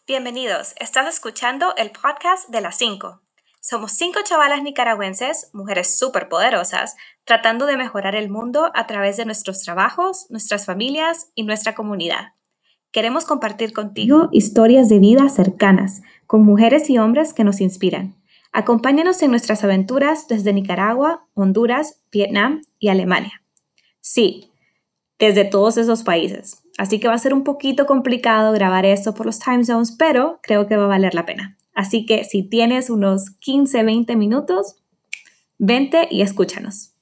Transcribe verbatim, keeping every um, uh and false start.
Bienvenidos, estás escuchando el podcast de las cinco. Somos cinco chavalas nicaragüenses, mujeres súper poderosas, tratando de mejorar el mundo a través de nuestros trabajos, nuestras familias y nuestra comunidad. Queremos compartir contigo historias de vida cercanas, con mujeres y hombres que nos inspiran. Acompáñanos en nuestras aventuras desde Nicaragua, Honduras, Vietnam y Alemania. Sí, desde todos esos países. Así que va a ser un poquito complicado grabar esto por los time zones, pero creo que va a valer la pena. Así que si tienes unos quince, veinte minutos, vente y escúchanos.